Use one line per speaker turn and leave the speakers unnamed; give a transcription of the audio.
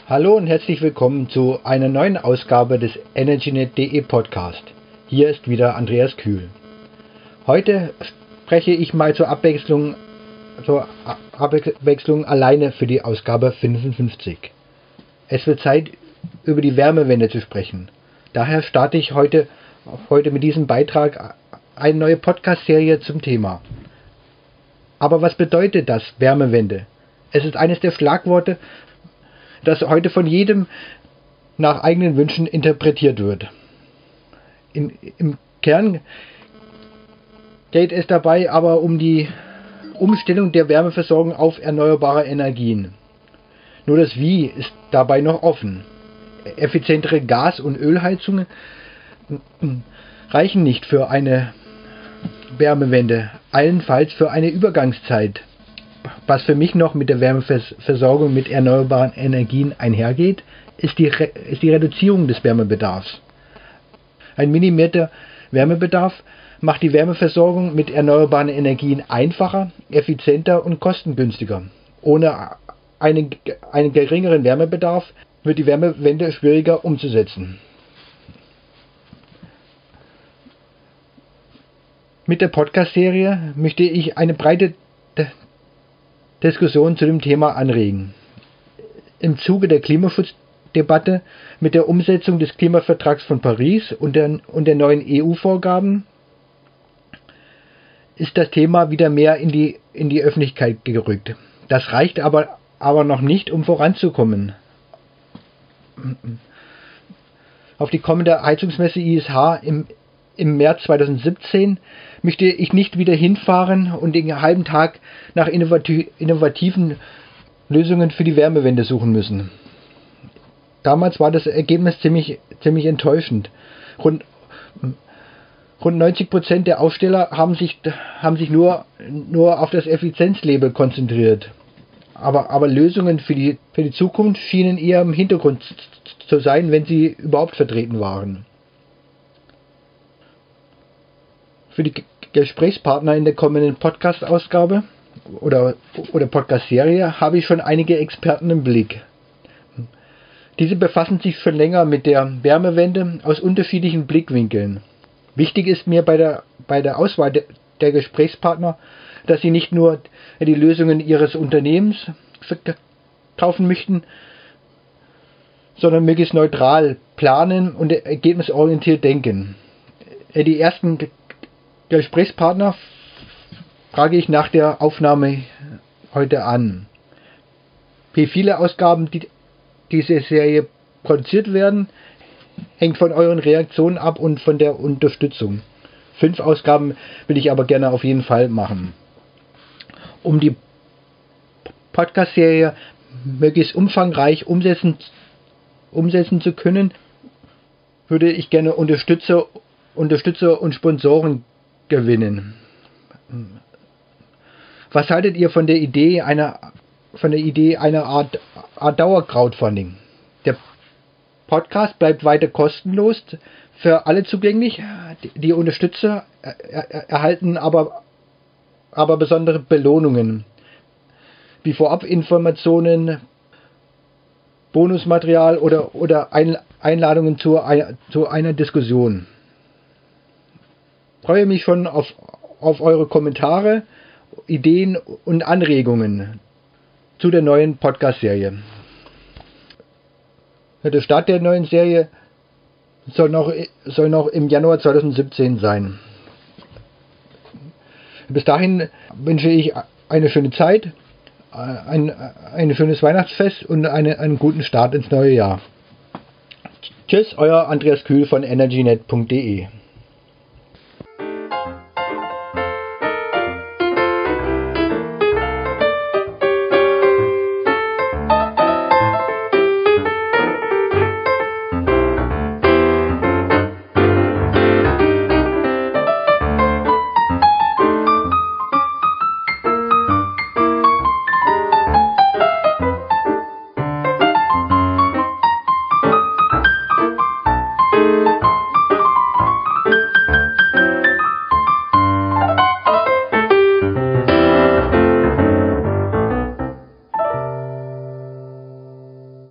Hallo und herzlich willkommen zu einer neuen Ausgabe des EnergyNet.de Podcast. Hier ist wieder Andreas Kühl. Heute spreche ich mal zur Abwechslung alleine für die Ausgabe 55. Es wird Zeit, über die Wärmewende zu sprechen. Daher starte ich heute mit diesem Beitrag eine neue Podcast-Serie zum Thema. Aber was bedeutet das, Wärmewende? Es ist eines der Schlagworte, das heute von jedem nach eigenen Wünschen interpretiert wird. Im Kern geht es dabei aber um die Umstellung der Wärmeversorgung auf erneuerbare Energien. Nur das Wie ist dabei noch offen. Effizientere Gas- und Ölheizungen reichen nicht für eine Wärmewende, allenfalls für eine Übergangszeit. Was für mich noch mit der Wärmeversorgung mit erneuerbaren Energien einhergeht, ist die Reduzierung des Wärmebedarfs. Ein minimierter Wärmebedarf macht die Wärmeversorgung mit erneuerbaren Energien einfacher, effizienter und kostengünstiger. Ohne einen geringeren Wärmebedarf wird die Wärmewende schwieriger umzusetzen. Mit der Podcast-Serie möchte ich eine breite Diskussion zu dem Thema anregen. Im Zuge der Klimaschutzdebatte mit der Umsetzung des Klimavertrags von Paris und der neuen EU-Vorgaben ist das Thema wieder mehr in die Öffentlichkeit gerückt. Das reicht aber noch nicht, um voranzukommen. Auf die kommende Heizungsmesse ISH im März 2017 möchte ich nicht wieder hinfahren und den halben Tag nach innovativen Lösungen für die Wärmewende suchen müssen. Damals war das Ergebnis ziemlich enttäuschend. Rund 90% der Aussteller haben sich nur auf das Effizienzlabel konzentriert. Aber Lösungen für die Zukunft schienen eher im Hintergrund zu sein, wenn sie überhaupt vertreten waren. Für die Gesprächspartner in der kommenden Podcast-Ausgabe oder Podcast-Serie habe ich schon einige Experten im Blick. Diese befassen sich schon länger mit der Wärmewende aus unterschiedlichen Blickwinkeln. Wichtig ist mir bei der Auswahl der Gesprächspartner, dass sie nicht nur die Lösungen ihres Unternehmens verkaufen möchten, sondern möglichst neutral planen und ergebnisorientiert denken. Die ersten Gesprächspartner frage ich nach der Aufnahme heute an. Wie viele Ausgaben diese Serie produziert werden, hängt von euren Reaktionen ab und von der Unterstützung. 5 Ausgaben will ich aber gerne auf jeden Fall machen. Um die Podcast-Serie möglichst umfangreich umsetzen zu können, würde ich gerne Unterstützer und Sponsoren gewinnen. Was haltet ihr von der Idee einer Art Dauer-Crowdfunding? Der Podcast bleibt weiter kostenlos für alle zugänglich. Die Unterstützer erhalten aber besondere Belohnungen, wie Vorabinformationen, Bonusmaterial oder Einladungen zu einer Diskussion. Ich freue mich schon auf eure Kommentare, Ideen und Anregungen zu der neuen Podcast-Serie. Der Start der neuen Serie soll noch im Januar 2017 sein. Bis dahin wünsche ich eine schöne Zeit, ein schönes Weihnachtsfest und einen guten Start ins neue Jahr. Tschüss, euer Andreas Kühl von EnergyNet.de.